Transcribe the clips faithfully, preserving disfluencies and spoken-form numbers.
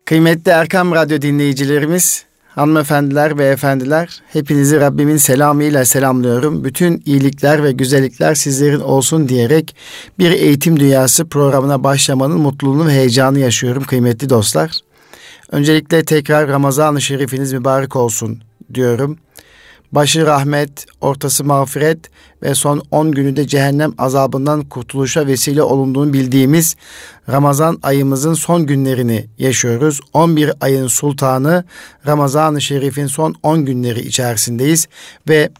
Kıymetli Erkam Radyo dinleyicilerimiz, hanımefendiler, beyefendiler, hepinizi Rabbimin selamıyla selamlıyorum. Bütün iyilikler ve güzellikler sizlerin olsun diyerek bir Eğitim Dünyası programına başlamanın mutluluğunu ve heyecanı yaşıyorum kıymetli dostlar. Öncelikle tekrar Ramazan-ı Şerifiniz mübarek olsun diyorum. Başı rahmet, ortası mağfiret ve son on günü de cehennem azabından kurtuluşa vesile olunduğunu bildiğimiz Ramazan ayımızın son günlerini yaşıyoruz. on bir ayın sultanı Ramazan-ı Şerif'in son on günleri içerisindeyiz ve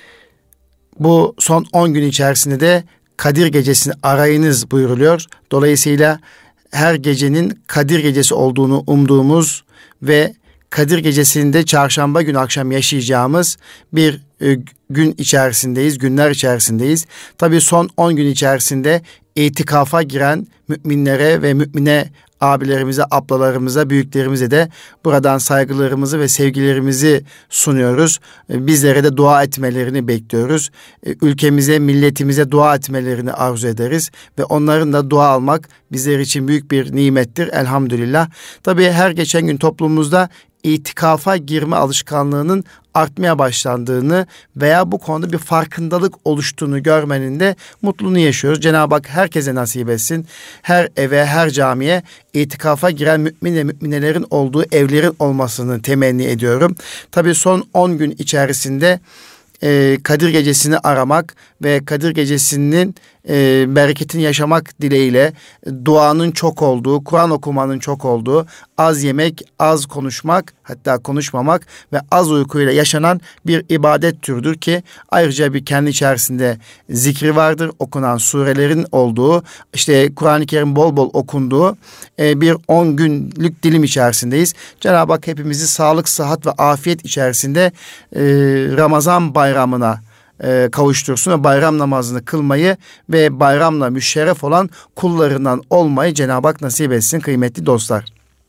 bu son on gün içerisinde de Kadir Gecesi'ni arayınız buyuruluyor. Dolayısıyla her gecenin Kadir Gecesi olduğunu umduğumuz ve Kadir Gecesi'nde çarşamba günü akşam yaşayacağımız bir e, gün içerisindeyiz, günler içerisindeyiz. Tabii son on gün içerisinde itikafa giren müminlere ve mümine abilerimize, ablalarımıza, büyüklerimize de buradan saygılarımızı ve sevgilerimizi sunuyoruz. Bizlere de dua etmelerini bekliyoruz. Ülkemize, milletimize dua etmelerini arzu ederiz ve onların da dua almak bizler için büyük bir nimettir elhamdülillah. Tabii her geçen gün toplumumuzda itikafa girme alışkanlığının artmaya başlandığını veya bu konuda bir farkındalık oluştuğunu görmenin de mutluluğunu yaşıyoruz. Cenab-ı Hak herkese nasip etsin. Her eve, her camiye itikafa giren mümin ve müminelerin olduğu evlerin olmasını temenni ediyorum. Tabii son on gün içerisinde e, Kadir Gecesi'ni aramak ve Kadir Gecesi'nin e, bereketini yaşamak dileğiyle duanın çok olduğu, Kur'an okumanın çok olduğu, az yemek, az konuşmak, hatta konuşmamak ve az uykuyla yaşanan bir ibadet türüdür ki ayrıca bir kendi içerisinde zikri vardır. Okunan surelerin olduğu, işte Kur'an-ı Kerim bol bol okunduğu e, bir on günlük dilim içerisindeyiz. Cenab-ı Hak hepimizi sağlık, sıhhat ve afiyet içerisinde e, Ramazan bayramına E, kavuştursun ve bayram namazını kılmayı ve bayramla müşerref olan kullarından olmayı Cenab-ı Hak nasip etsin kıymetli dostlar.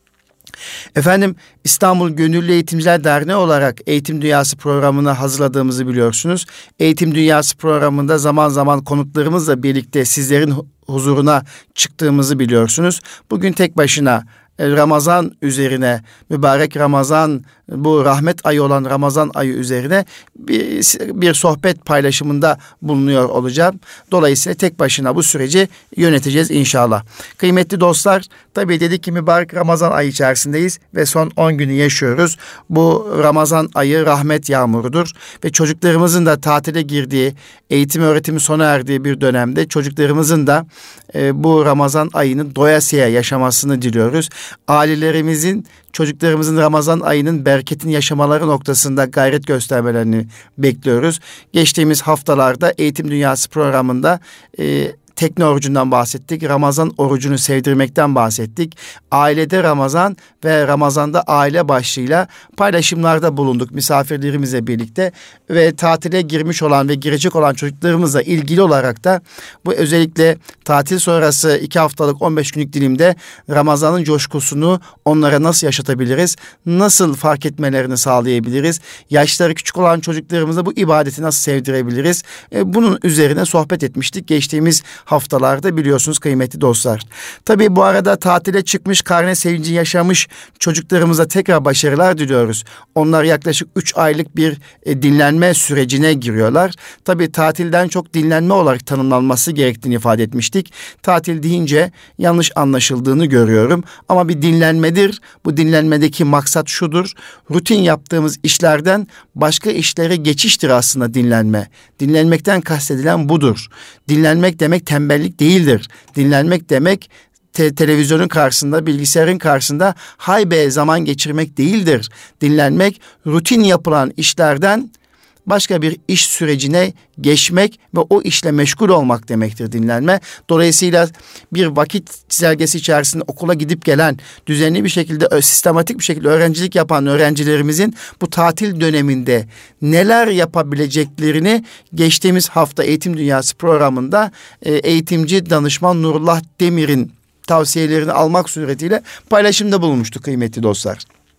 Efendim, İstanbul Gönüllü Eğitimciler Derneği olarak Eğitim Dünyası programını hazırladığımızı biliyorsunuz. Eğitim Dünyası programında zaman zaman konuklarımızla birlikte sizlerin huzuruna çıktığımızı biliyorsunuz. Bugün tek başına Ramazan üzerine, mübarek Ramazan, bu rahmet ayı olan Ramazan ayı üzerine bir, bir sohbet paylaşımında bulunuyor olacağım. Dolayısıyla tek başına bu süreci yöneteceğiz inşallah. Kıymetli dostlar, tabii dedik ki mübarek Ramazan ayı içerisindeyiz ve son on günü yaşıyoruz. Bu Ramazan ayı rahmet yağmurudur ve çocuklarımızın da tatile girdiği, eğitim öğretimi sona erdiği bir dönemde çocuklarımızın da e, bu Ramazan ayını doyasıya yaşamasını diliyoruz. Ailelerimizin çocuklarımızın Ramazan ayının bereketini yaşamaları noktasında gayret göstermelerini bekliyoruz. Geçtiğimiz haftalarda Eğitim Dünyası programında e, tekne orucundan bahsettik. Ramazan orucunu sevdirmekten bahsettik. Ailede Ramazan ve Ramazan'da aile başlığıyla paylaşımlarda bulunduk misafirlerimizle birlikte ve tatile girmiş olan ve girecek olan çocuklarımızla ilgili olarak da bu özellikle tatil sonrası iki haftalık on beş günlük dilimde Ramazan'ın coşkusunu onlara nasıl yaşatabiliriz? Nasıl fark etmelerini sağlayabiliriz? Yaşları küçük olan çocuklarımıza bu ibadeti nasıl sevdirebiliriz? E, bunun üzerine sohbet etmiştik geçtiğimiz haftalarda biliyorsunuz kıymetli dostlar. Tabii bu arada tatile çıkmış, karne sevinci yaşamış çocuklarımıza tekrar başarılar diliyoruz. Onlar yaklaşık üç aylık bir e, dinlenme sürecine giriyorlar. Tabii tatilden çok dinlenme olarak tanımlanması gerektiğini ifade etmiştik. Tatil deyince yanlış anlaşıldığını görüyorum. Ama bir dinlenmedir. Bu dinlenmedeki maksat şudur. Rutin yaptığımız işlerden başka işlere geçiştir aslında dinlenme. Dinlenmekten kastedilen budur. Dinlenmek demek tembellik değildir. Dinlenmek demek te- televizyonun karşısında, bilgisayarın karşısında haybe zaman geçirmek değildir. Dinlenmek rutin yapılan işlerden başka bir iş sürecine geçmek ve o işle meşgul olmak demektir dinlenme. Dolayısıyla bir vakit çizelgesi içerisinde okula gidip gelen, düzenli bir şekilde, sistematik bir şekilde öğrencilik yapan öğrencilerimizin bu tatil döneminde neler yapabileceklerini geçtiğimiz hafta Eğitim Dünyası programında e, eğitimci danışman Nurullah Demir'in tavsiyelerini almak suretiyle paylaşımda bulunmuştuk kıymetli dostlar.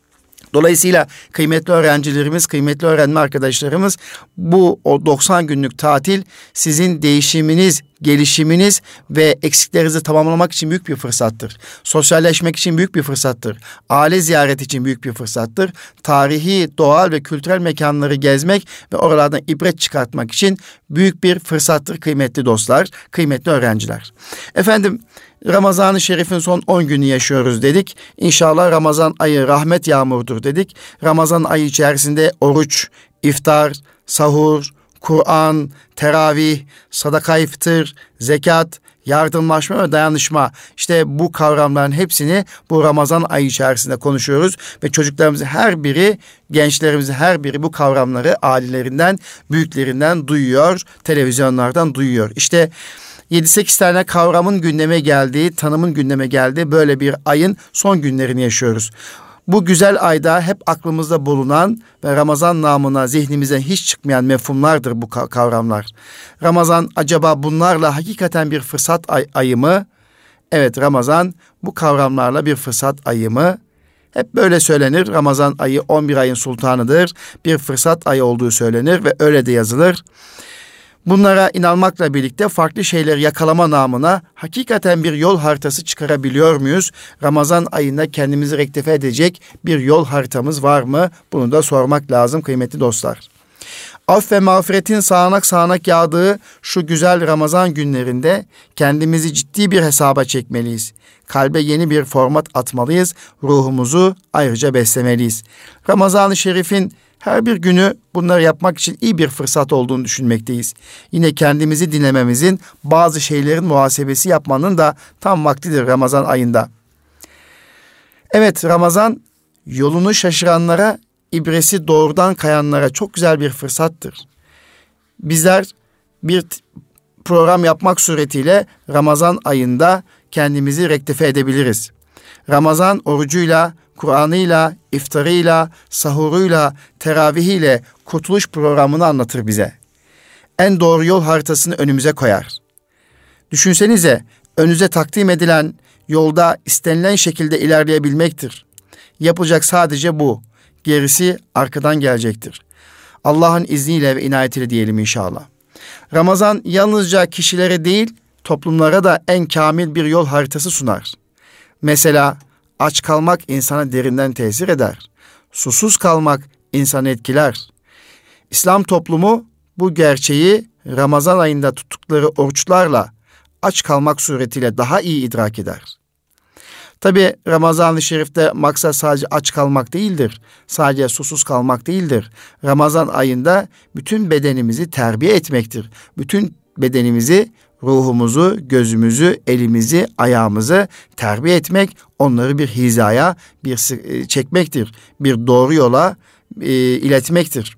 Dolayısıyla kıymetli öğrencilerimiz, kıymetli öğrenme arkadaşlarımız, bu o doksan günlük tatil sizin değişiminiz, gelişiminiz ve eksiklerinizi tamamlamak için büyük bir fırsattır. Sosyalleşmek için büyük bir fırsattır. Aile ziyareti için büyük bir fırsattır. Tarihi, doğal ve kültürel mekanları gezmek ve oralardan ibret çıkartmak için büyük bir fırsattır kıymetli dostlar, kıymetli öğrenciler. Efendim, Ramazan-ı Şerif'in son on günü yaşıyoruz dedik. İnşallah Ramazan ayı rahmet yağmurudur dedik. Ramazan ayı içerisinde oruç, iftar, sahur, Kur'an, teravih, sadaka-i fıtır, zekat, yardımlaşma ve dayanışma. İşte bu kavramların hepsini bu Ramazan ayı içerisinde konuşuyoruz. Ve çocuklarımızın her biri, gençlerimizin her biri bu kavramları ailelerinden, büyüklerinden duyuyor, televizyonlardan duyuyor. İşte yedi sekiz tane kavramın gündeme geldiği, tanımın gündeme geldiği böyle bir ayın son günlerini yaşıyoruz. Bu güzel ayda hep aklımızda bulunan ve Ramazan namına zihnimizden hiç çıkmayan mefhumlardır bu kavramlar. Ramazan acaba bunlarla hakikaten bir fırsat ay- ayı mı? Evet, Ramazan bu kavramlarla bir fırsat ayı mı? Hep böyle söylenir. Ramazan ayı on bir ayın sultanıdır. Bir fırsat ayı olduğu söylenir ve öyle de yazılır. Bunlara inanmakla birlikte farklı şeyleri yakalama namına hakikaten bir yol haritası çıkarabiliyor muyuz? Ramazan ayında kendimizi rektife edecek bir yol haritamız var mı? Bunu da sormak lazım kıymetli dostlar. Af ve mağfiretin sağanak sağanak yağdığı şu güzel Ramazan günlerinde kendimizi ciddi bir hesaba çekmeliyiz. Kalbe yeni bir format atmalıyız. Ruhumuzu ayrıca beslemeliyiz. Ramazan-ı Şerif'in her bir günü bunları yapmak için iyi bir fırsat olduğunu düşünmekteyiz. Yine kendimizi dinlememizin, bazı şeylerin muhasebesi yapmanın da tam vaktidir Ramazan ayında. Evet, Ramazan yolunu şaşıranlara, ibresi doğrudan kayanlara çok güzel bir fırsattır. Bizler bir program yapmak suretiyle Ramazan ayında kendimizi rektife edebiliriz. Ramazan orucuyla, Kur'an'ıyla, iftarıyla, sahuruyla, teravihiyle kurtuluş programını anlatır bize. En doğru yol haritasını önümüze koyar. Düşünsenize, önünüze takdim edilen yolda istenilen şekilde ilerleyebilmektir. Yapılacak sadece bu. Gerisi arkadan gelecektir. Allah'ın izniyle ve inayetiyle diyelim inşallah. Ramazan yalnızca kişilere değil, toplumlara da en kamil bir yol haritası sunar. Mesela aç kalmak insana derinden tesir eder. Susuz kalmak insanı etkiler. İslam toplumu bu gerçeği Ramazan ayında tuttukları oruçlarla aç kalmak suretiyle daha iyi idrak eder. Tabi Ramazan-ı Şerif'te maksat sadece aç kalmak değildir. Sadece susuz kalmak değildir. Ramazan ayında bütün bedenimizi terbiye etmektir. Bütün bedenimizi, ruhumuzu, gözümüzü, elimizi, ayağımızı terbiye etmek, onları bir hizaya bir çekmektir. Bir doğru yola e, iletmektir.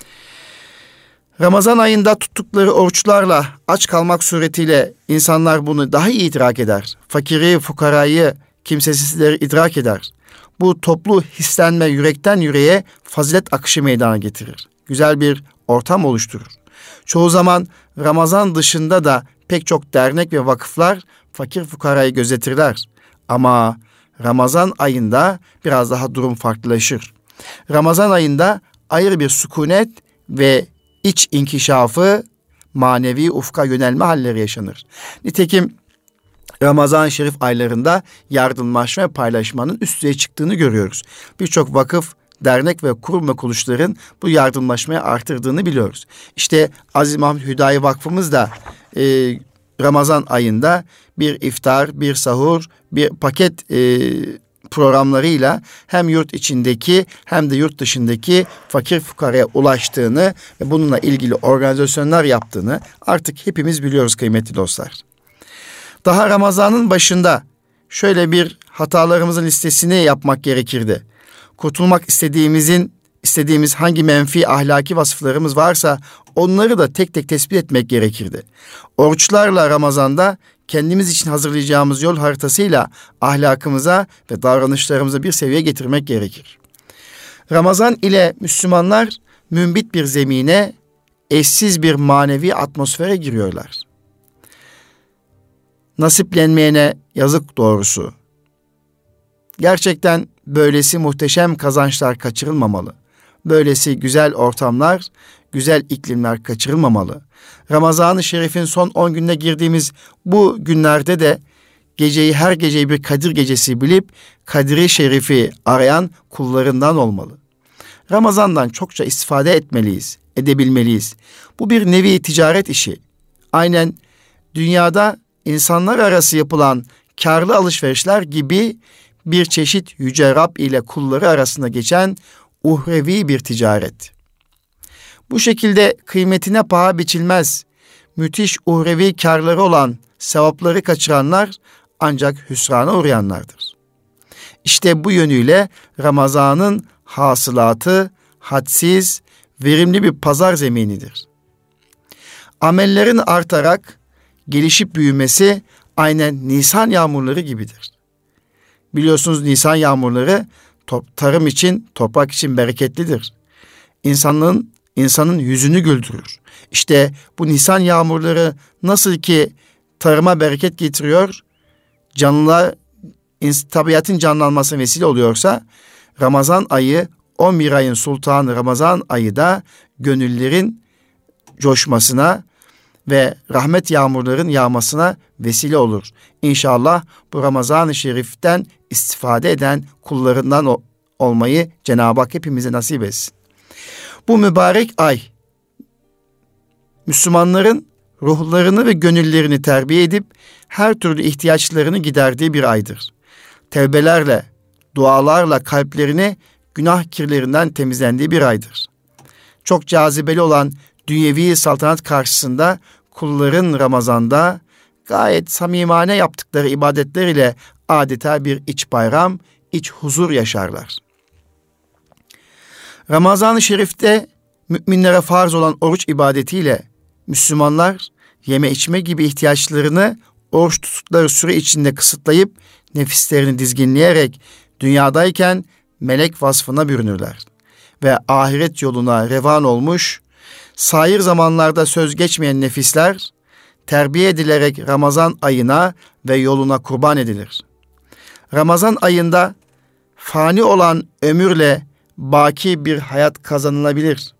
Ramazan ayında tuttukları oruçlarla aç kalmak suretiyle insanlar bunu daha iyi idrak eder. Fakiri, fukarayı, kimsesizleri idrak eder. Bu toplu hislenme yürekten yüreğe fazilet akışı meydana getirir. Güzel bir ortam oluşturur. Çoğu zaman Ramazan dışında da pek çok dernek ve vakıflar fakir fukarayı gözetirler. Ama Ramazan ayında biraz daha durum farklılaşır. Ramazan ayında ayrı bir sükunet ve iç inkişafı, manevi ufka yönelme halleri yaşanır. Nitekim Ramazan-ı Şerif aylarında yardımlaşma ve paylaşmanın üst düzeye çıktığını görüyoruz. Birçok vakıf, dernek ve kurum ve kuruluşların bu yardımlaşmayı artırdığını biliyoruz. İşte Aziz Mahmud Hüdayi Vakfımız da e, Ramazan ayında bir iftar, bir sahur, bir paket e, programlarıyla hem yurt içindeki hem de yurt dışındaki fakir fukaraya ulaştığını ve bununla ilgili organizasyonlar yaptığını artık hepimiz biliyoruz kıymetli dostlar. Daha Ramazan'ın başında şöyle bir hatalarımızın listesini yapmak gerekirdi. Kurtulmak istediğimizin, istediğimiz hangi menfi ahlaki vasıflarımız varsa onları da tek tek tespit etmek gerekirdi. Oruçlarla Ramazan'da kendimiz için hazırlayacağımız yol haritasıyla ahlakımıza ve davranışlarımıza bir seviye getirmek gerekir. Ramazan ile Müslümanlar mümbit bir zemine, eşsiz bir manevi atmosfere giriyorlar. Nasiplenmeyene yazık doğrusu. Gerçekten böylesi muhteşem kazançlar kaçırılmamalı. Böylesi güzel ortamlar, güzel iklimler kaçırılmamalı. Ramazan-ı Şerif'in son on gününe girdiğimiz bu günlerde de geceyi, her geceyi bir Kadir gecesi bilip Kadir-i Şerif'i arayan kullarından olmalı. Ramazan'dan çokça istifade etmeliyiz, edebilmeliyiz. Bu bir nevi ticaret işi. Aynen dünyada insanlar arası yapılan karlı alışverişler gibi bir çeşit Yüce Rab ile kulları arasında geçen uhrevi bir ticaret. Bu şekilde kıymetine paha biçilmez, müthiş uhrevi karları olan sevapları kaçıranlar ancak hüsrana uğrayanlardır. İşte bu yönüyle Ramazan'ın hasılatı hadsiz, verimli bir pazar zeminidir. Amellerin artarak gelişip büyümesi aynen Nisan yağmurları gibidir. Biliyorsunuz Nisan yağmurları top, tarım için, toprak için bereketlidir. İnsanın insanın yüzünü güldürür. İşte bu Nisan yağmurları nasıl ki tarıma bereket getiriyor, canlılar, tabiatın canlanmasına vesile oluyorsa, Ramazan ayı, on bir ayın sultanı Ramazan ayı da gönüllerin coşmasına ve rahmet yağmurların yağmasına vesile olur. İnşallah bu Ramazan-ı Şerif'ten istifade eden kullarından olmayı Cenab-ı Hak hepimize nasip etsin. Bu mübarek ay, Müslümanların ruhlarını ve gönüllerini terbiye edip her türlü ihtiyaçlarını giderdiği bir aydır. Tevbelerle, dualarla kalplerini günah kirlerinden temizlendiği bir aydır. Çok cazibeli olan dünyevi saltanat karşısında kulların Ramazan'da gayet samimane yaptıkları ibadetler ile adeta bir iç bayram, iç huzur yaşarlar. Ramazan-ı Şerif'te müminlere farz olan oruç ibadetiyle Müslümanlar yeme içme gibi ihtiyaçlarını oruç tuttukları süre içinde kısıtlayıp nefislerini dizginleyerek dünyadayken melek vasfına bürünürler. Ve ahiret yoluna revan olmuş, sair zamanlarda söz geçmeyen nefisler terbiye edilerek Ramazan ayına ve yoluna kurban edilir. Ramazan ayında fani olan ömürle baki bir hayat kazanılabilir.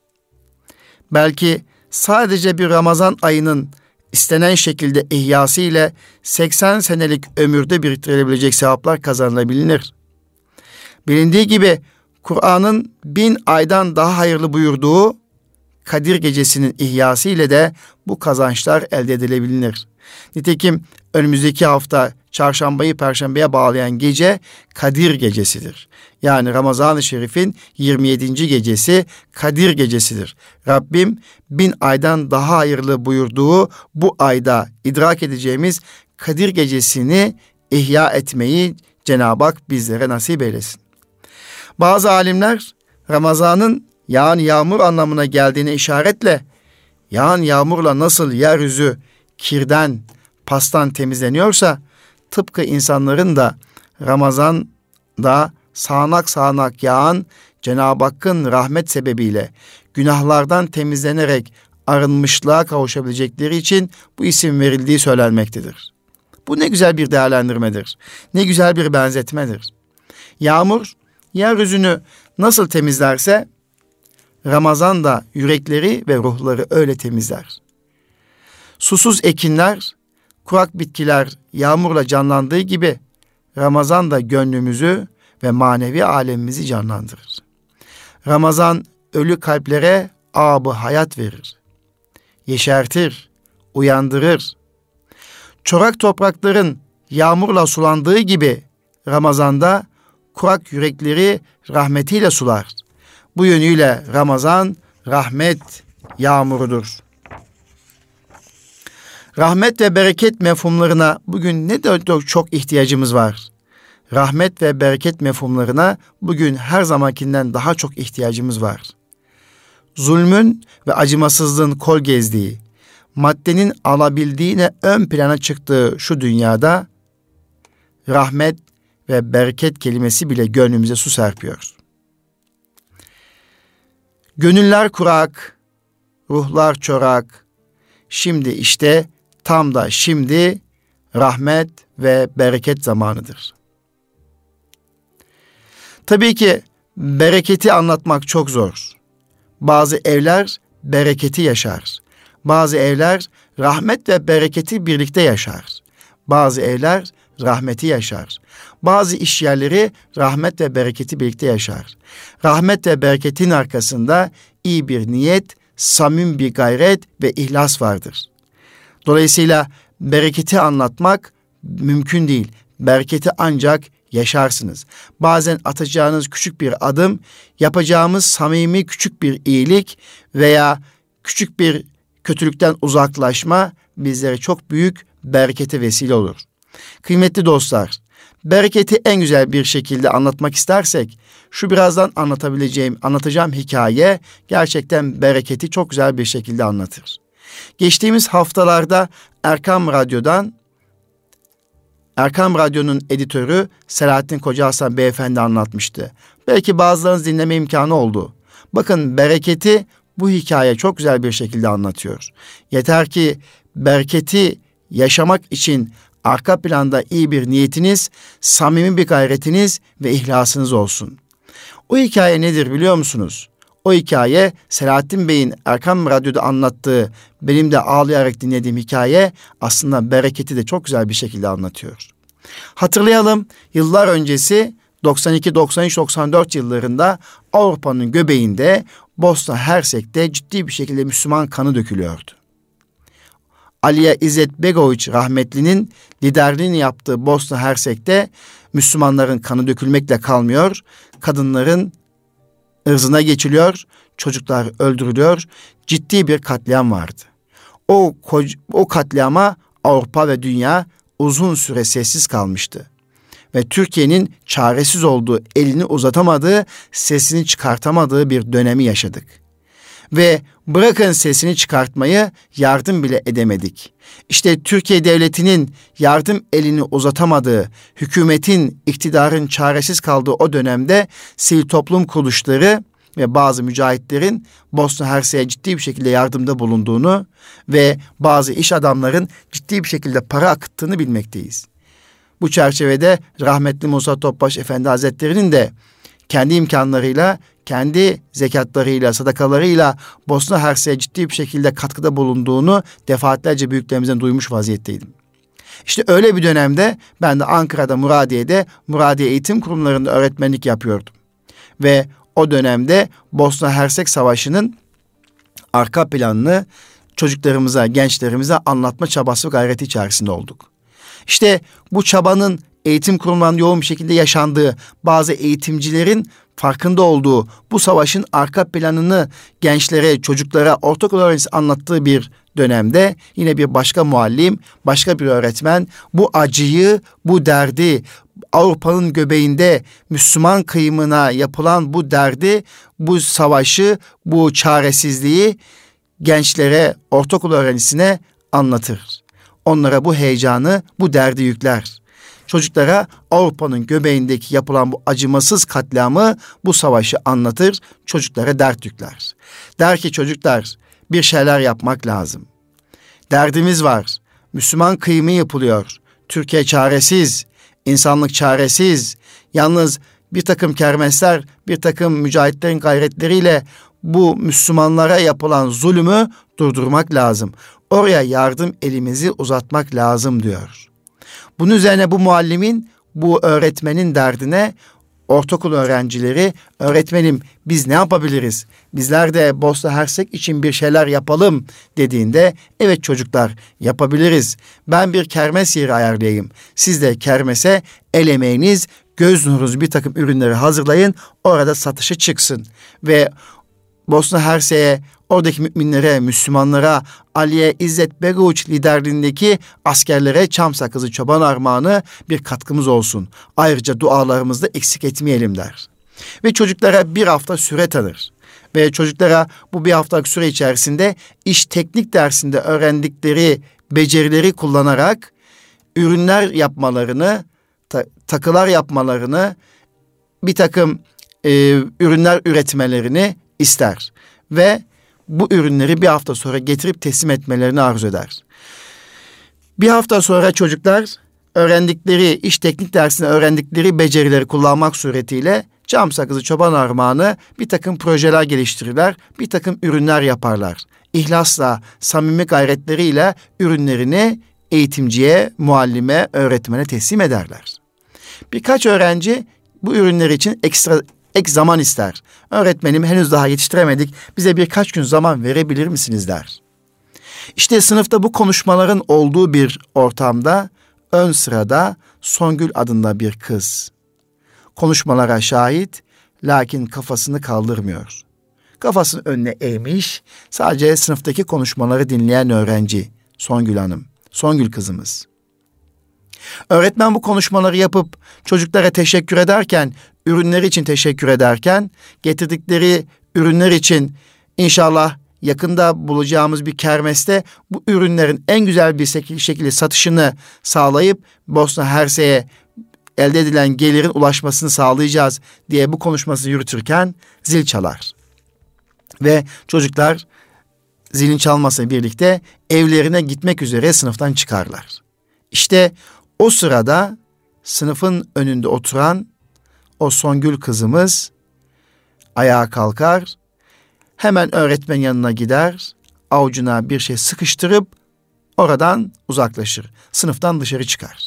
Belki sadece bir Ramazan ayının istenen şekilde ihyası ile seksen senelik ömürde biriktirilebilecek sevaplar kazanılabilir. Bilindiği gibi Kur'an'ın bin aydan daha hayırlı buyurduğu Kadir Gecesi'nin ihyası ile de bu kazançlar elde edilebilir. Nitekim önümüzdeki hafta çarşambayı perşembeye bağlayan gece Kadir Gecesidir. Yani Ramazan-ı Şerif'in yirmi yedinci gecesi Kadir Gecesidir. Rabbim bin aydan daha hayırlı buyurduğu bu ayda idrak edeceğimiz Kadir Gecesi'ni ihya etmeyi Cenab-ı Hak bizlere nasip eylesin. Bazı alimler Ramazan'ın yağan yağmur anlamına geldiğine işaretle yağan yağmurla nasıl yeryüzü kirden, pastan temizleniyorsa tıpkı insanların da Ramazan'da sağanak sağanak yağan Cenab-ı Hakk'ın rahmet sebebiyle günahlardan temizlenerek arınmışlığa kavuşabilecekleri için bu isim verildiği söylenmektedir. Bu ne güzel bir değerlendirmedir. Ne güzel bir benzetmedir. Yağmur yeryüzünü nasıl temizlerse Ramazan da yürekleri ve ruhları öyle temizler. Susuz ekinler, kurak bitkiler yağmurla canlandığı gibi Ramazan da gönlümüzü ve manevi alemimizi canlandırır. Ramazan ölü kalplere âb-ı hayat verir. Yeşertir, uyandırır. Çorak toprakların yağmurla sulandığı gibi Ramazan'da kurak yürekleri rahmetiyle sular. Bu yönüyle Ramazan rahmet yağmurudur. Rahmet ve bereket mefhumlarına bugün ne de çok ihtiyacımız var. Rahmet ve bereket mefhumlarına bugün her zamankinden daha çok ihtiyacımız var. Zulmün ve acımasızlığın kol gezdiği, maddenin alabildiğine ön plana çıktığı şu dünyada rahmet ve bereket kelimesi bile gönlümüze su serpiyor. Gönüller kurak, ruhlar çorak. Şimdi işte tam da şimdi rahmet ve bereket zamanıdır. Tabii ki bereketi anlatmak çok zor. Bazı evler bereketi yaşar. Bazı evler rahmet ve bereketi birlikte yaşar. Bazı evler rahmeti yaşar. Bazı iş yerleri rahmet ve bereketi birlikte yaşar. Rahmet ve bereketin arkasında iyi bir niyet, samimi bir gayret ve ihlas vardır. Dolayısıyla bereketi anlatmak mümkün değil. Bereketi ancak yaşarsınız. Bazen atacağınız küçük bir adım, yapacağımız samimi küçük bir iyilik veya küçük bir kötülükten uzaklaşma bizlere çok büyük berekete vesile olur. Kıymetli dostlar, bereketi en güzel bir şekilde anlatmak istersek, şu birazdan anlatabileceğim, anlatacağım hikaye gerçekten bereketi çok güzel bir şekilde anlatır. Geçtiğimiz haftalarda Erkam Radyo'dan, Erkam Radyo'nun editörü Selahattin Koca Hasan Beyefendi anlatmıştı. Belki bazılarınız dinleme imkanı oldu. Bakın, bereketi bu hikaye çok güzel bir şekilde anlatıyor. Yeter ki bereketi yaşamak için arka planda iyi bir niyetiniz, samimi bir gayretiniz ve ihlasınız olsun. O hikaye nedir biliyor musunuz? O hikaye Selahattin Bey'in Erkam Radyo'da anlattığı, benim de ağlayarak dinlediğim hikaye aslında bereketi de çok güzel bir şekilde anlatıyor. Hatırlayalım, yıllar öncesi doksan iki, doksan üç, doksan dört yıllarında Avrupa'nın göbeğinde Bosna Hersek'te ciddi bir şekilde Müslüman kanı dökülüyordu. Aliye İzzet Begoviç rahmetlinin liderliğini yaptığı Bosna Hersek'te Müslümanların kanı dökülmekle kalmıyor, kadınların ırzına geçiliyor, çocuklar öldürülüyor, ciddi bir katliam vardı. O, o katliama Avrupa ve dünya uzun süre sessiz kalmıştı. Ve Türkiye'nin çaresiz olduğu, elini uzatamadığı, sesini çıkartamadığı bir dönemi yaşadık. Ve bırakın sesini çıkartmayı, yardım bile edemedik. İşte Türkiye Devleti'nin yardım elini uzatamadığı, hükümetin, iktidarın çaresiz kaldığı o dönemde sivil toplum kuruluşları ve bazı mücahitlerin Bosna Hersek'e ciddi bir şekilde yardımda bulunduğunu ve bazı iş adamların ciddi bir şekilde para akıttığını bilmekteyiz. Bu çerçevede rahmetli Musa Topbaş Efendi Hazretleri'nin de kendi imkanlarıyla, kendi zekatlarıyla, sadakalarıyla Bosna Hersek'e ciddi bir şekilde katkıda bulunduğunu defaatlerce büyüklerimizden duymuş vaziyetteydim. İşte öyle bir dönemde ben de Ankara'da, Muradiye'de, Muradiye Eğitim Kurumlarında öğretmenlik yapıyordum. Ve o dönemde Bosna Hersek Savaşı'nın arka planını çocuklarımıza, gençlerimize anlatma çabası ve gayreti içerisinde olduk. İşte bu çabanın eğitim kurumlarında yoğun bir şekilde yaşandığı, bazı eğitimcilerin farkında olduğu, bu savaşın arka planını gençlere, çocuklara, ortaokul öğrencisi anlattığı bir dönemde yine bir başka muallim, başka bir öğretmen bu acıyı, bu derdi, Avrupa'nın göbeğinde Müslüman kıyımına yapılan bu derdi, bu savaşı, bu çaresizliği gençlere, ortaokul öğrencisine anlatır. Onlara bu heyecanı, bu derdi yükler. Çocuklara Avrupa'nın göbeğindeki yapılan bu acımasız katliamı, bu savaşı anlatır, çocuklara dert yükler. Der ki çocuklar, bir şeyler yapmak lazım. Derdimiz var. Müslüman kıyımı yapılıyor. Türkiye çaresiz, insanlık çaresiz. Yalnız bir takım kermesler, bir takım mücahitlerin gayretleriyle bu Müslümanlara yapılan zulmü durdurmak lazım. Oraya yardım elimizi uzatmak lazım diyor. Bunun üzerine bu muallimin, bu öğretmenin derdine ortaokul öğrencileri, öğretmenim biz ne yapabiliriz? Bizler de Bosna Hersek için bir şeyler yapalım dediğinde, evet çocuklar yapabiliriz. Ben bir kermes yeri ayarlayayım. Siz de kermese el emeğiniz, göz nurunuz bir takım ürünleri hazırlayın. Orada satışa çıksın. Ve Bosna Hersek'e, oradaki müminlere, Müslümanlara, Aliye İzzet Begoviç liderliğindeki askerlere çam sakızı, çoban armağanı bir katkımız olsun. Ayrıca dualarımızda eksik etmeyelim der. Ve çocuklara bir hafta süre tanır. Ve çocuklara bu bir haftalık süre içerisinde iş teknik dersinde öğrendikleri becerileri kullanarak ürünler yapmalarını, ta- takılar yapmalarını, bir takım e, ürünler üretmelerini ister. Ve bu ürünleri bir hafta sonra getirip teslim etmelerini arzu eder. Bir hafta sonra çocuklar öğrendikleri, iş teknik dersinde öğrendikleri becerileri kullanmak suretiyle Çam sakızı, çoban armağanı bir takım projeler geliştirirler, bir takım ürünler yaparlar. İhlasla, samimi gayretleriyle ürünlerini eğitimciye, muallime, öğretmene teslim ederler. Birkaç öğrenci bu ürünler için ekstra ek zaman ister. Öğretmenim henüz daha yetiştiremedik, bize birkaç gün zaman verebilir misiniz der. İşte sınıfta bu konuşmaların olduğu bir ortamda ön sırada Songül adında bir kız. Konuşmalara şahit, lakin kafasını kaldırmıyor. Kafasını önüne eğmiş, sadece sınıftaki konuşmaları dinleyen öğrenci Songül Hanım, Songül kızımız. Öğretmen bu konuşmaları yapıp çocuklara teşekkür ederken, ürünleri için teşekkür ederken, getirdikleri ürünler için inşallah yakında bulacağımız bir kermeste bu ürünlerin en güzel bir şekilde satışını sağlayıp Bosna Hersek'e elde edilen gelirin ulaşmasını sağlayacağız diye bu konuşmasını yürütürken zil çalar. Ve çocuklar zilin çalmasıyla birlikte evlerine gitmek üzere sınıftan çıkarlar. İşte o sırada sınıfın önünde oturan o Songül kızımız ayağa kalkar, hemen öğretmen yanına gider, avucuna bir şey sıkıştırıp oradan uzaklaşır. Sınıftan dışarı çıkar.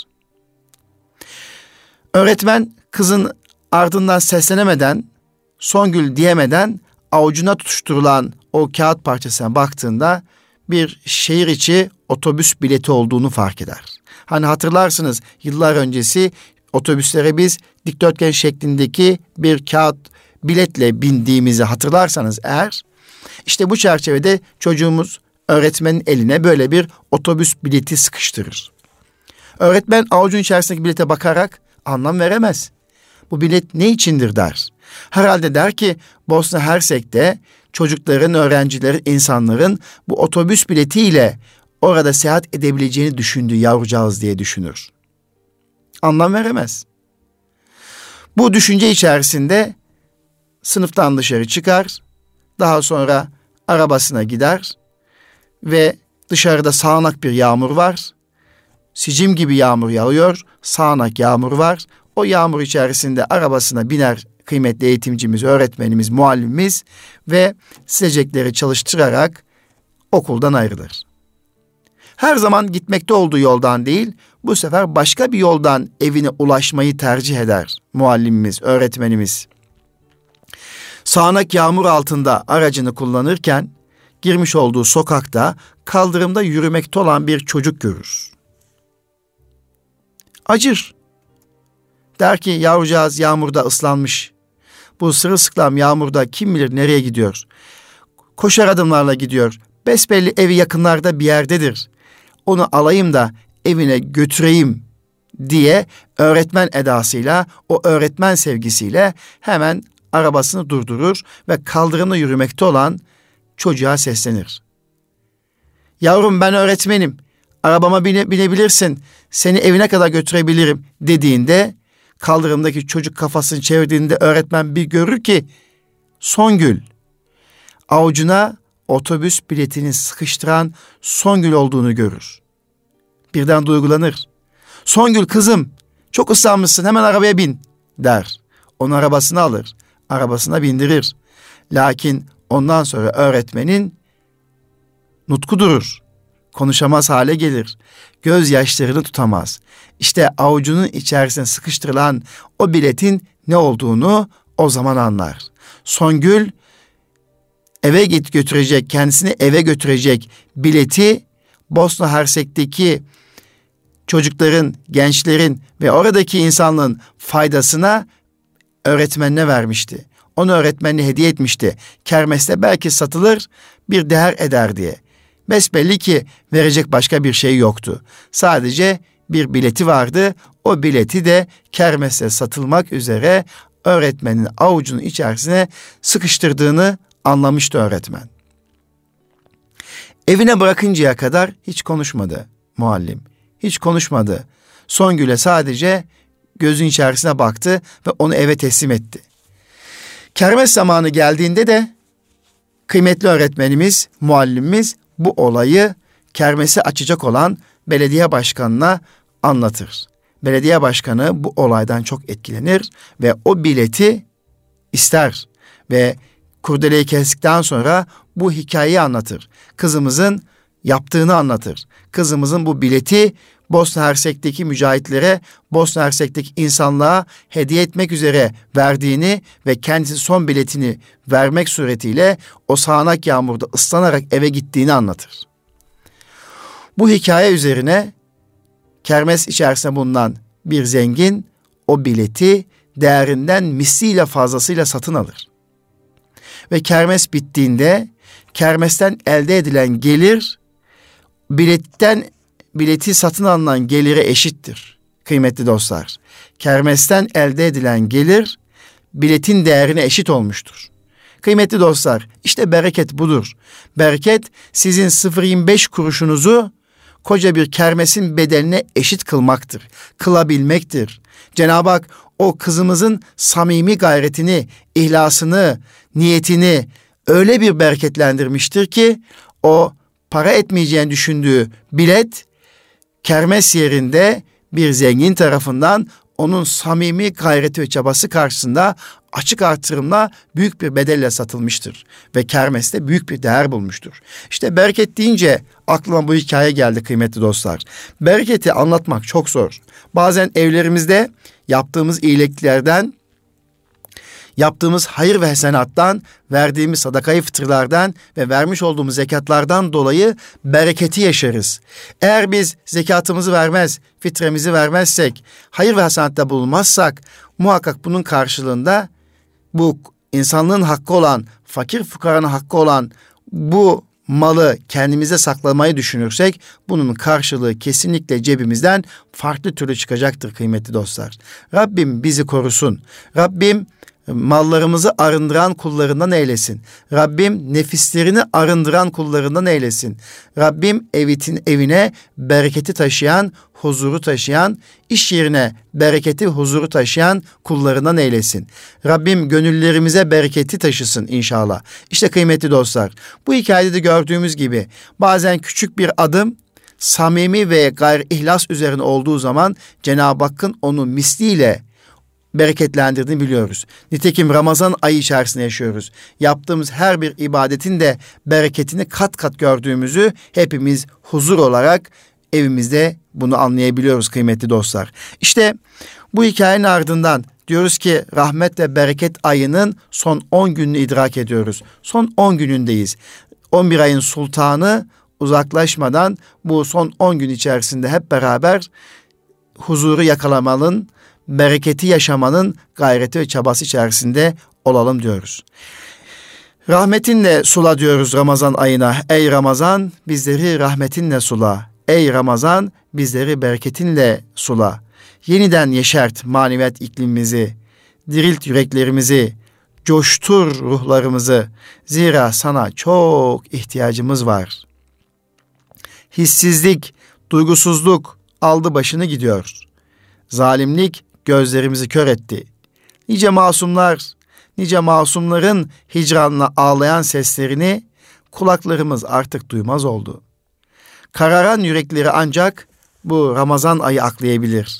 Öğretmen kızın ardından seslenemeden, Songül diyemeden avucuna tutuşturulan o kağıt parçasına baktığında bir şehir içi otobüs bileti olduğunu fark eder. Hani hatırlarsınız, yıllar öncesi otobüslere biz dikdörtgen şeklindeki bir kağıt biletle bindiğimizi hatırlarsanız eğer, işte bu çerçevede çocuğumuz öğretmenin eline böyle bir otobüs bileti sıkıştırır. Öğretmen avucun içerisindeki bilete bakarak anlam veremez. Bu bilet ne içindir der. Herhalde der ki Bosna Hersek'te çocukların, öğrencilerin, insanların bu otobüs biletiyle orada seyahat edebileceğini düşündü yavrucağız diye düşünür. Anlam veremez. Bu düşünce içerisinde sınıftan dışarı çıkar, daha sonra arabasına gider ve dışarıda sağanak bir yağmur var. Sicim gibi yağmur yağıyor, sağanak yağmur var. O yağmur içerisinde arabasına biner kıymetli eğitimcimiz, öğretmenimiz, muallimimiz ve silecekleri çalıştırarak okuldan ayrılır. Her zaman gitmekte olduğu yoldan değil, bu sefer başka bir yoldan evine ulaşmayı tercih eder muallimimiz, öğretmenimiz. Sağanak yağmur altında aracını kullanırken girmiş olduğu sokakta kaldırımda yürümekte olan bir çocuk görür. Acır. Der ki yavrucağız yağmurda ıslanmış. Bu sırılsıklam yağmurda kim bilir nereye gidiyor. Koşar adımlarla gidiyor. Besbelli evi yakınlarda bir yerdedir. Onu alayım da evine götüreyim diye öğretmen edasıyla, o öğretmen sevgisiyle hemen arabasını durdurur ve kaldırımda yürümekte olan çocuğa seslenir. Yavrum ben öğretmenim, arabama bine, binebilirsin, seni evine kadar götürebilirim dediğinde kaldırımdaki çocuk kafasını çevirdiğinde öğretmen bir görür ki Songül, avucuna otobüs biletini sıkıştıran Songül olduğunu görür. Birden duygulanır. Songül kızım, çok ıslanmışsın, hemen arabaya bin der. Onu arabasına alır, arabasına bindirir. Lakin ondan sonra öğretmenin nutku durur. Konuşamaz hale gelir. Gözyaşlarını tutamaz. İşte avucunun içerisine sıkıştırılan o biletin ne olduğunu o zaman anlar. Songül eve git götürecek, kendisini eve götürecek bileti Bosna Hersek'teki çocukların, gençlerin ve oradaki insanlığın faydasına öğretmenine vermişti. Onu öğretmenine hediye etmişti. Kermeste belki satılır, bir değer eder diye. Besbelli ki verecek başka bir şey yoktu. Sadece bir bileti vardı. O bileti de kermeste satılmak üzere öğretmenin avucunun içerisine sıkıştırdığını anlamıştı öğretmen. Evine bırakıncaya kadar hiç konuşmadı muallim. Hiç konuşmadı. Songül'e sadece gözün içerisine baktı ve onu eve teslim etti. Kermes zamanı geldiğinde de kıymetli öğretmenimiz, muallimimiz bu olayı kermesi açacak olan belediye başkanına anlatır. Belediye başkanı bu olaydan çok etkilenir ve o bileti ister ve kurdeleyi kestikten sonra bu hikayeyi anlatır. Kızımızın yaptığını anlatır. Kızımızın bu bileti Bosna Hersek'teki mücahitlere, Bosna Hersek'teki insanlığa hediye etmek üzere verdiğini ve kendisi son biletini vermek suretiyle o sağanak yağmurda ıslanarak eve gittiğini anlatır. Bu hikaye üzerine kermes içerisinde bulunan bir zengin o bileti değerinden misliyle fazlasıyla satın alır. Ve kermes bittiğinde kermesten elde edilen gelir biletten bileti satın alınan gelire eşittir kıymetli dostlar. Kermesten elde edilen gelir biletin değerine eşit olmuştur. Kıymetli dostlar, işte bereket budur. Bereket sizin sıfır virgül yirmi beş kuruşunuzu koca bir kermesin bedeline eşit kılmaktır, kılabilmektir. Cenab-ı Hak o kızımızın samimi gayretini, ihlasını, niyetini öyle bir bereketlendirmiştir ki o para etmeyeceğini düşündüğü bilet kermes yerinde bir zengin tarafından onun samimi gayreti ve çabası karşısında açık artırımla büyük bir bedelle satılmıştır. Ve kermeste büyük bir değer bulmuştur. İşte bereket deyince aklıma bu hikaye geldi kıymetli dostlar. Bereketi anlatmak çok zor. Bazen evlerimizde yaptığımız iyiliklerden, yaptığımız hayır ve hasenattan, verdiğimiz sadakayı fıtırlardan ve vermiş olduğumuz zekatlardan dolayı bereketi yaşarız. Eğer biz zekatımızı vermez, fitremizi vermezsek, hayır ve hasanatta bulunmazsak, muhakkak bunun karşılığında bu insanlığın hakkı olan, fakir fukaranın hakkı olan bu malı kendimize saklamayı düşünürsek, bunun karşılığı kesinlikle cebimizden farklı türlü çıkacaktır kıymetli dostlar. Rabbim bizi korusun. Rabbim mallarımızı arındıran kullarından eylesin. Rabbim nefislerini arındıran kullarından eylesin. Rabbim evitin evine bereketi taşıyan, huzuru taşıyan, iş yerine bereketi, huzuru taşıyan kullarından eylesin. Rabbim gönüllerimize bereketi taşısın inşallah. İşte kıymetli dostlar, bu hikayede de gördüğümüz gibi bazen küçük bir adım samimi ve gayr ihlas üzerine olduğu zaman Cenab-ı Hakk'ın onu misliyle bereketlendirdiğini biliyoruz. Nitekim Ramazan ayı içerisinde yaşıyoruz. Yaptığımız her bir ibadetin de bereketini kat kat gördüğümüzü hepimiz huzur olarak evimizde bunu anlayabiliyoruz kıymetli dostlar. İşte bu hikayenin ardından diyoruz ki rahmet ve bereket ayının son on gününü idrak ediyoruz. Son on günündeyiz. on bir ayın sultanı uzaklaşmadan bu son on gün içerisinde hep beraber huzuru yakalamanın, bereketi yaşamanın gayreti ve çabası içerisinde olalım diyoruz. Rahmetinle sula diyoruz Ramazan ayına. Ey Ramazan bizleri rahmetinle sula. Ey Ramazan bizleri bereketinle sula. Yeniden yeşert maneviyat iklimimizi, dirilt yüreklerimizi, coştur ruhlarımızı. Zira sana çok ihtiyacımız var. Hissizlik, duygusuzluk aldı başını gidiyor. Zalimlik gözlerimizi kör etti. Nice masumlar, nice masumların hicranla ağlayan seslerini kulaklarımız artık duymaz oldu. Kararan yürekleri ancak bu Ramazan ayı aklayabilir.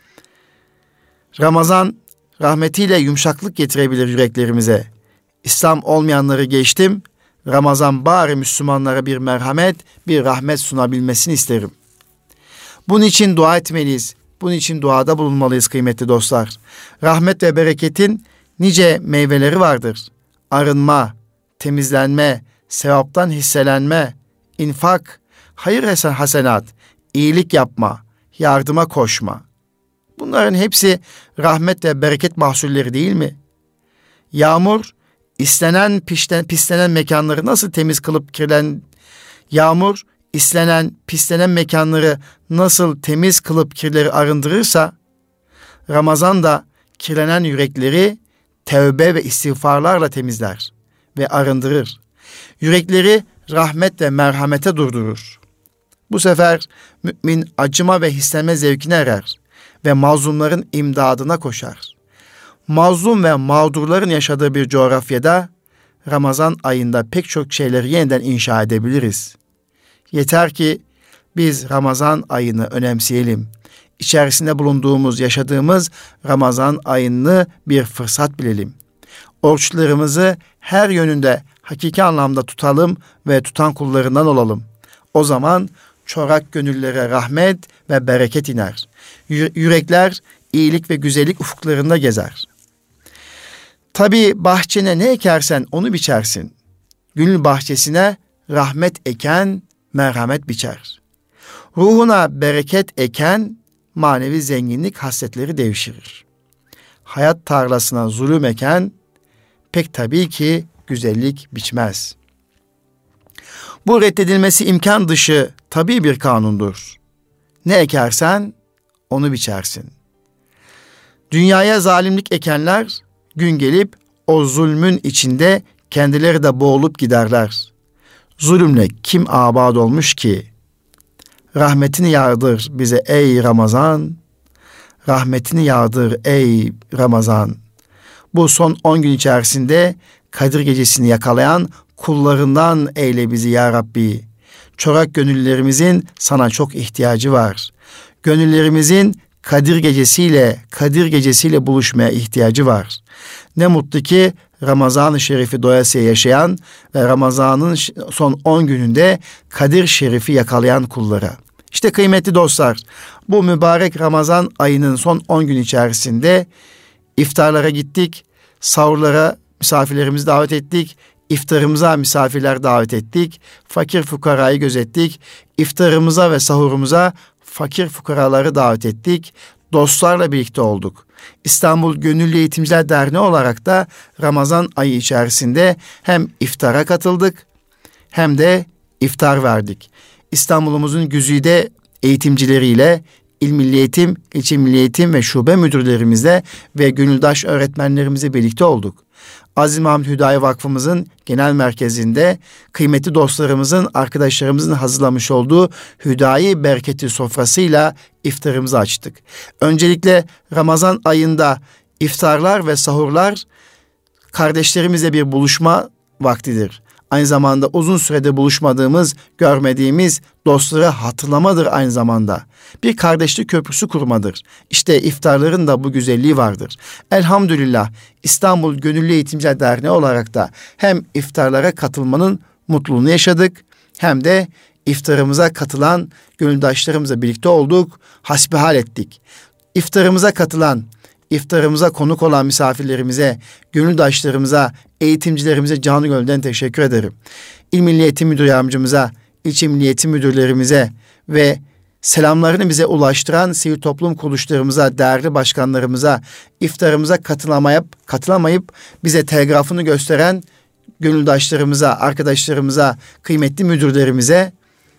Ramazan rahmetiyle yumuşaklık getirebilir yüreklerimize. İslam olmayanları geçtim, Ramazan bari Müslümanlara bir merhamet, bir rahmet sunabilmesini isterim. Bunun için dua etmeliyiz. Bunun için duada bulunmalıyız kıymetli dostlar. Rahmet ve bereketin nice meyveleri vardır. Arınma, temizlenme, sevaptan hisselenme, infak, hayır hasenat, iyilik yapma, yardıma koşma. Bunların hepsi rahmet ve bereket mahsulleri değil mi? Yağmur, istenen, pişten, pislenen mekanları nasıl temiz kılıp kirlen... Yağmur, İslenen, pislenen mekanları nasıl temiz kılıp kirleri arındırırsa, Ramazan da kirlenen yürekleri tevbe ve istiğfarlarla temizler ve arındırır. Yürekleri rahmet ve merhamete durdurur. Bu sefer mümin acıma ve hislenme zevkine erer ve mazlumların imdadına koşar. Mazlum ve mağdurların yaşadığı bir coğrafyada Ramazan ayında pek çok şeyleri yeniden inşa edebiliriz. Yeter ki biz Ramazan ayını önemseyelim. İçerisinde bulunduğumuz, yaşadığımız Ramazan ayını bir fırsat bilelim. Oruçlarımızı her yönünde hakiki anlamda tutalım ve tutan kullarından olalım. O zaman çorak gönüllere rahmet ve bereket iner. Yürekler iyilik ve güzellik ufuklarında gezer. Tabii bahçene ne ekersen onu biçersin. Gönül bahçesine rahmet eken merhamet biçer. Ruhuna bereket eken manevi zenginlik hasletleri devşirir. Hayat tarlasına zulüm eken pek tabii ki güzellik biçmez. Bu reddedilmesi imkan dışı tabii bir kanundur. Ne ekersen onu biçersin. Dünyaya zalimlik ekenler gün gelip o zulmün içinde kendileri de boğulup giderler. Zulümle kim abad olmuş ki? Rahmetini yağdır bize ey Ramazan. Rahmetini yağdır ey Ramazan. Bu son on gün içerisinde Kadir Gecesi'ni yakalayan kullarından eyle bizi ya Rabbi. Çorak gönüllerimizin sana çok ihtiyacı var. Gönüllerimizin Kadir Gecesi'yle, Kadir Gecesi'yle buluşmaya ihtiyacı var. Ne mutlu ki Ramazan-ı Şerif'i doyasıya yaşayan ve Ramazan'ın son on gününde Kadir Şerif'i yakalayan kullara. İşte kıymetli dostlar, bu mübarek Ramazan ayının son on gün içerisinde iftarlara gittik, sahurlara misafirlerimizi davet ettik, iftarımıza misafirler davet ettik, fakir fukarayı gözettik, iftarımıza ve sahurumuza fakir fukaraları davet ettik, dostlarla birlikte olduk. İstanbul Gönüllü Eğitimciler Derneği olarak da Ramazan ayı içerisinde hem iftara katıldık hem de iftar verdik. İstanbul'umuzun güzide eğitimcileriyle İl Milli Eğitim, İlçe Milli Eğitim ve şube müdürlerimizle ve gönüldaş öğretmenlerimizle birlikte olduk. Aziz Mahmut Hüdayi Vakfımızın genel merkezinde kıymetli dostlarımızın, arkadaşlarımızın hazırlamış olduğu Hüdayi Bereketi sofrasıyla iftarımızı açtık. Öncelikle Ramazan ayında iftarlar ve sahurlar kardeşlerimizle bir buluşma vaktidir. Aynı zamanda uzun süredir buluşmadığımız, görmediğimiz dostları hatırlamadır aynı zamanda. Bir kardeşlik köprüsü kurmadır. İşte iftarların da bu güzelliği vardır. Elhamdülillah İstanbul Gönüllü Eğitimciler Derneği olarak da hem iftarlara katılmanın mutluluğunu yaşadık, hem de iftarımıza katılan gönüldaşlarımızla birlikte olduk, hasbihal ettik. İftarımıza katılan, İftarımıza konuk olan misafirlerimize, gönüldaşlarımıza, eğitimcilerimize canı gönülden teşekkür ederim. İl Milli Eğitim Müdür Yardımcımıza, İlçe Milli Eğitim Müdürlerimize ve selamlarını bize ulaştıran sivil toplum kuruluşlarımıza, değerli başkanlarımıza, iftarımıza katılamayıp, katılamayıp bize telgrafını gösteren gönüldaşlarımıza, arkadaşlarımıza, kıymetli müdürlerimize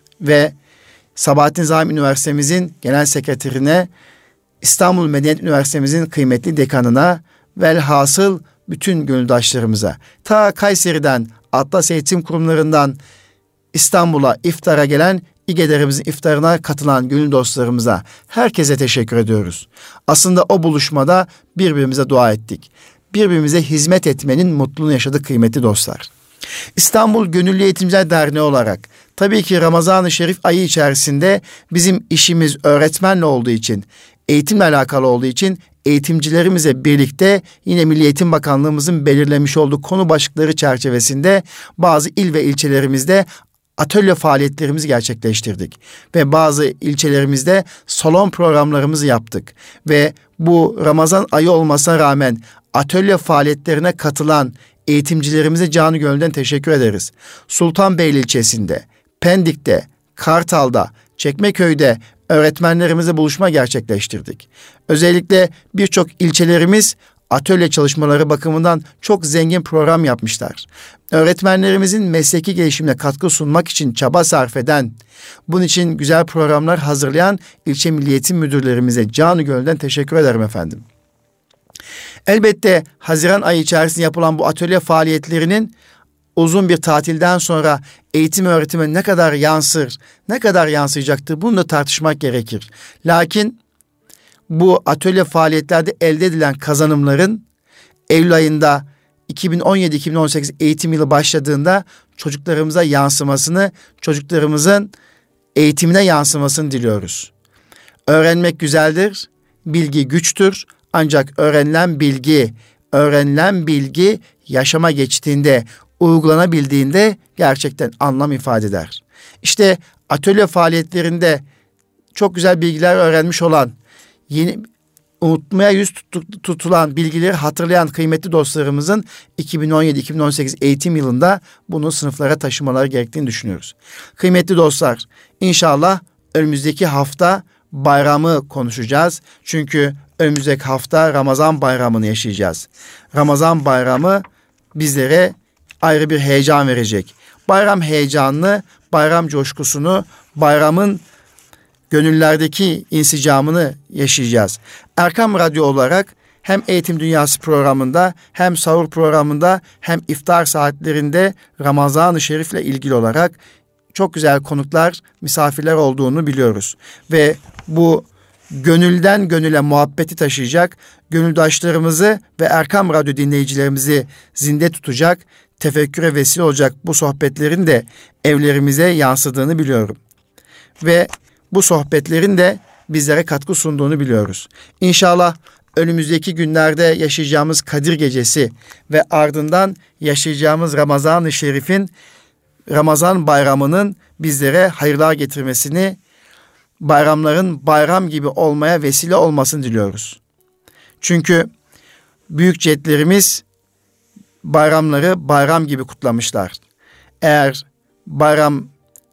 ve Sabahattin Zaim Üniversitemizin genel sekreterine, İstanbul Medeniyet Üniversitemizin kıymetli dekanına, velhasıl bütün gönüldaşlarımıza, ta Kayseri'den, Atlas Eğitim Kurumlarından İstanbul'a iftara gelen, İGEDER'imizin iftarına katılan gönül dostlarımıza, herkese teşekkür ediyoruz. Aslında o buluşmada birbirimize dua ettik. Birbirimize hizmet etmenin mutluluğunu yaşadık kıymetli dostlar. İstanbul Gönüllü Eğitimciler Derneği olarak tabii ki Ramazan-ı Şerif ayı içerisinde bizim işimiz öğretmenle olduğu için, eğitimle alakalı olduğu için eğitimcilerimizle birlikte yine Milli Eğitim Bakanlığımızın belirlemiş olduğu konu başlıkları çerçevesinde bazı il ve ilçelerimizde atölye faaliyetlerimizi gerçekleştirdik. Ve bazı ilçelerimizde salon programlarımızı yaptık. Ve bu Ramazan ayı olmasına rağmen atölye faaliyetlerine katılan eğitimcilerimize canı gönülden teşekkür ederiz. Sultanbeyli ilçesinde, Pendik'te, Kartal'da, Çekmeköy'de öğretmenlerimizle buluşma gerçekleştirdik. Özellikle birçok ilçelerimiz atölye çalışmaları bakımından çok zengin program yapmışlar. Öğretmenlerimizin mesleki gelişimine katkı sunmak için çaba sarf eden, bunun için güzel programlar hazırlayan ilçe milli eğitim müdürlerimize canı gönülden teşekkür ederim efendim. Elbette Haziran ayı içerisinde yapılan bu atölye faaliyetlerinin uzun bir tatilden sonra eğitim öğretime ne kadar yansır, ne kadar yansıyacaktır bunu da tartışmak gerekir. Lakin bu atölye faaliyetlerde elde edilen kazanımların Eylül ayında iki bin on yedi iki bin on sekiz eğitim yılı başladığında çocuklarımıza yansımasını, çocuklarımızın eğitimine yansımasını diliyoruz. Öğrenmek güzeldir, bilgi güçtür. Ancak öğrenilen bilgi, öğrenilen bilgi yaşama geçtiğinde, uygulanabildiğinde gerçekten anlam ifade eder. İşte atölye faaliyetlerinde çok güzel bilgiler öğrenmiş olan, yeni unutmaya yüz tutulan bilgileri hatırlayan kıymetli dostlarımızın iki bin on yedi iki bin on sekiz eğitim yılında bunu sınıflara taşımaları gerektiğini düşünüyoruz. Kıymetli dostlar, inşallah önümüzdeki hafta bayramı konuşacağız. Çünkü önümüzdeki hafta Ramazan bayramını yaşayacağız. Ramazan bayramı bizlere ayrı bir heyecan verecek. Bayram heyecanını, bayram coşkusunu, bayramın gönüllerdeki insicamını yaşayacağız. Erkam Radyo olarak hem Eğitim Dünyası programında, hem sahur programında, hem iftar saatlerinde Ramazan-ı Şerif'le ilgili olarak çok güzel konuklar, misafirler olduğunu biliyoruz. Ve bu gönülden gönüle muhabbeti taşıyacak, gönüldaşlarımızı ve Erkam Radyo dinleyicilerimizi zinde tutacak, tefekküre vesile olacak bu sohbetlerin de evlerimize yansıdığını biliyorum. Ve bu sohbetlerin de bizlere katkı sunduğunu biliyoruz. İnşallah önümüzdeki günlerde yaşayacağımız Kadir Gecesi ve ardından yaşayacağımız Ramazan-ı Şerif'in, Ramazan bayramının bizlere hayırlar getirmesini, bayramların bayram gibi olmaya vesile olmasını diliyoruz. Çünkü büyük cedlerimiz bayramları bayram gibi kutlamışlar. Eğer bayram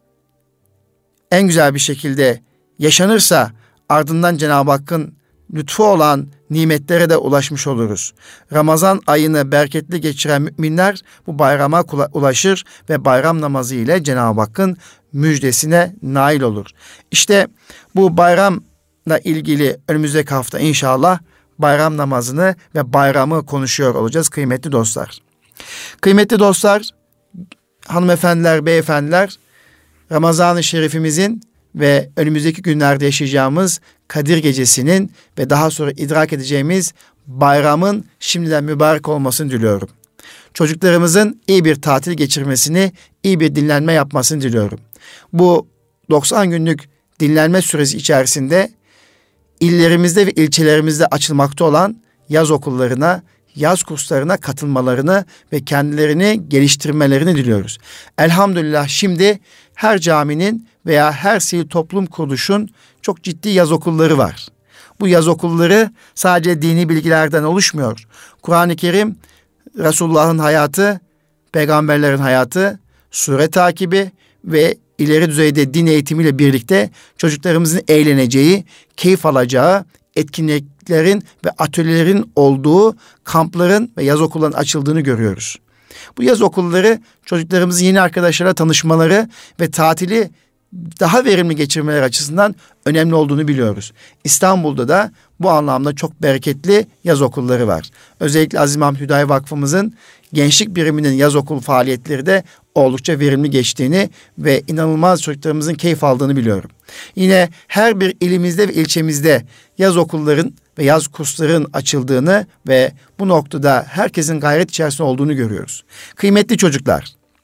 en güzel bir şekilde yaşanırsa ardından Cenab-ı Hakk'ın lütfu olan nimetlere de ulaşmış oluruz. Ramazan ayını bereketli geçiren müminler bu bayrama ulaşır ve bayram namazı ile Cenab-ı Hakk'ın müjdesine nail olur. İşte bu bayramla ilgili önümüzdeki hafta inşallah bayram namazını ve bayramı konuşuyor olacağız kıymetli dostlar. Kıymetli dostlar, hanımefendiler, beyefendiler, Ramazan-ı Şerifimizin ve önümüzdeki günlerde yaşayacağımız Kadir Gecesi'nin ve daha sonra idrak edeceğimiz bayramın şimdiden mübarek olmasını diliyorum. Çocuklarımızın iyi bir tatil geçirmesini, iyi bir dinlenme yapmasını diliyorum. Bu doksan günlük dinlenme süresi içerisinde illerimizde ve ilçelerimizde açılmakta olan yaz okullarına, yaz kurslarına katılmalarını ve kendilerini geliştirmelerini diliyoruz. Elhamdülillah şimdi her caminin veya her sivil toplum kuruluşun çok ciddi yaz okulları var. Bu yaz okulları sadece dini bilgilerden oluşmuyor. Kur'an-ı Kerim, Resulullah'ın hayatı, peygamberlerin hayatı, sure takibi ve ileri düzeyde din eğitimiyle birlikte çocuklarımızın eğleneceği, keyif alacağı etkinliklerin ve atölyelerin olduğu kampların ve yaz okullarının açıldığını görüyoruz. Bu yaz okulları çocuklarımızın yeni arkadaşlarla tanışmaları ve tatili daha verimli geçirmeleri açısından önemli olduğunu biliyoruz. İstanbul'da da bu anlamda çok bereketli yaz okulları var. Özellikle Aziz Mahmut Hüdayi Vakfımızın gençlik biriminin yaz okul faaliyetleri de oldukça verimli geçtiğini ve inanılmaz çocuklarımızın keyif aldığını biliyorum. Yine her bir ilimizde ve ilçemizde yaz okulların ve yaz kursların açıldığını ve bu noktada herkesin gayret içerisinde olduğunu görüyoruz. Kıymetli çocuklar,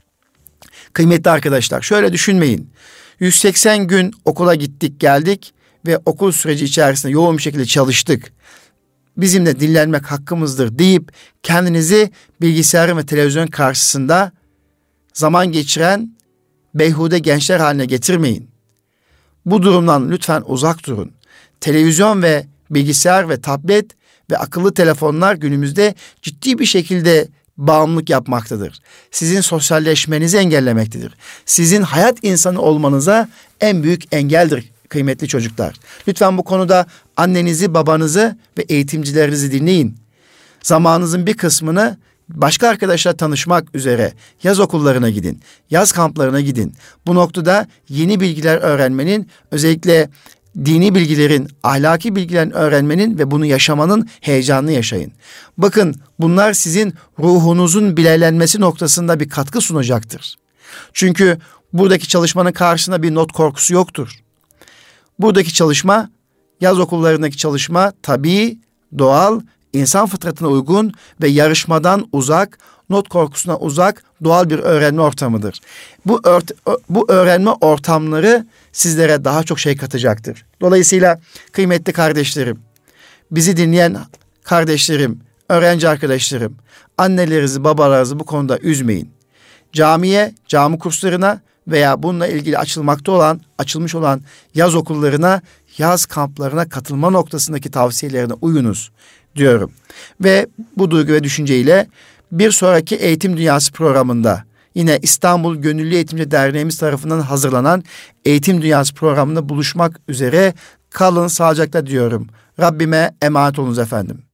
kıymetli arkadaşlar, şöyle düşünmeyin. yüz seksen gün okula gittik geldik ve okul süreci içerisinde yoğun bir şekilde çalıştık. Bizim de dinlenmek hakkımızdır deyip kendinizi bilgisayarın ve televizyon karşısında zaman geçiren beyhude gençler haline getirmeyin. Bu durumdan lütfen uzak durun. Televizyon ve bilgisayar ve tablet ve akıllı telefonlar günümüzde ciddi bir şekilde bağımlılık yapmaktadır. Sizin sosyalleşmenizi engellemektedir. Sizin hayat insanı olmanıza en büyük engeldir kıymetli çocuklar. Lütfen bu konuda annenizi, babanızı ve eğitimcilerinizi dinleyin. Zamanınızın bir kısmını başka arkadaşlarla tanışmak üzere yaz okullarına gidin, yaz kamplarına gidin. Bu noktada yeni bilgiler öğrenmenin, özellikle dini bilgilerin, ahlaki bilgilerin öğrenmenin ve bunu yaşamanın heyecanını yaşayın. Bakın bunlar sizin ruhunuzun bilelenmesi noktasında bir katkı sunacaktır. Çünkü buradaki çalışmanın karşısında bir not korkusu yoktur. Buradaki çalışma, yaz okullarındaki çalışma tabii, doğal, insan fıtratına uygun ve yarışmadan uzak, not korkusuna uzak, doğal bir öğrenme ortamıdır. Bu, ört- bu öğrenme ortamları sizlere daha çok şey katacaktır. Dolayısıyla kıymetli kardeşlerim, bizi dinleyen kardeşlerim, Öğrenci arkadaşlarım, annelerinizi, babalarınızı bu konuda üzmeyin. Camiye, cami kurslarına veya bununla ilgili açılmakta olan, açılmış olan yaz okullarına, yaz kamplarına katılma noktasındaki tavsiyelerine uyunuz diyorum. Ve bu duygu ve düşünceyle bir sonraki Eğitim Dünyası programında yine İstanbul Gönüllü Eğitimci Derneğimiz tarafından hazırlanan Eğitim Dünyası programında buluşmak üzere. Kalın sağlıcakla diyorum. Rabbime emanet olunuz efendim.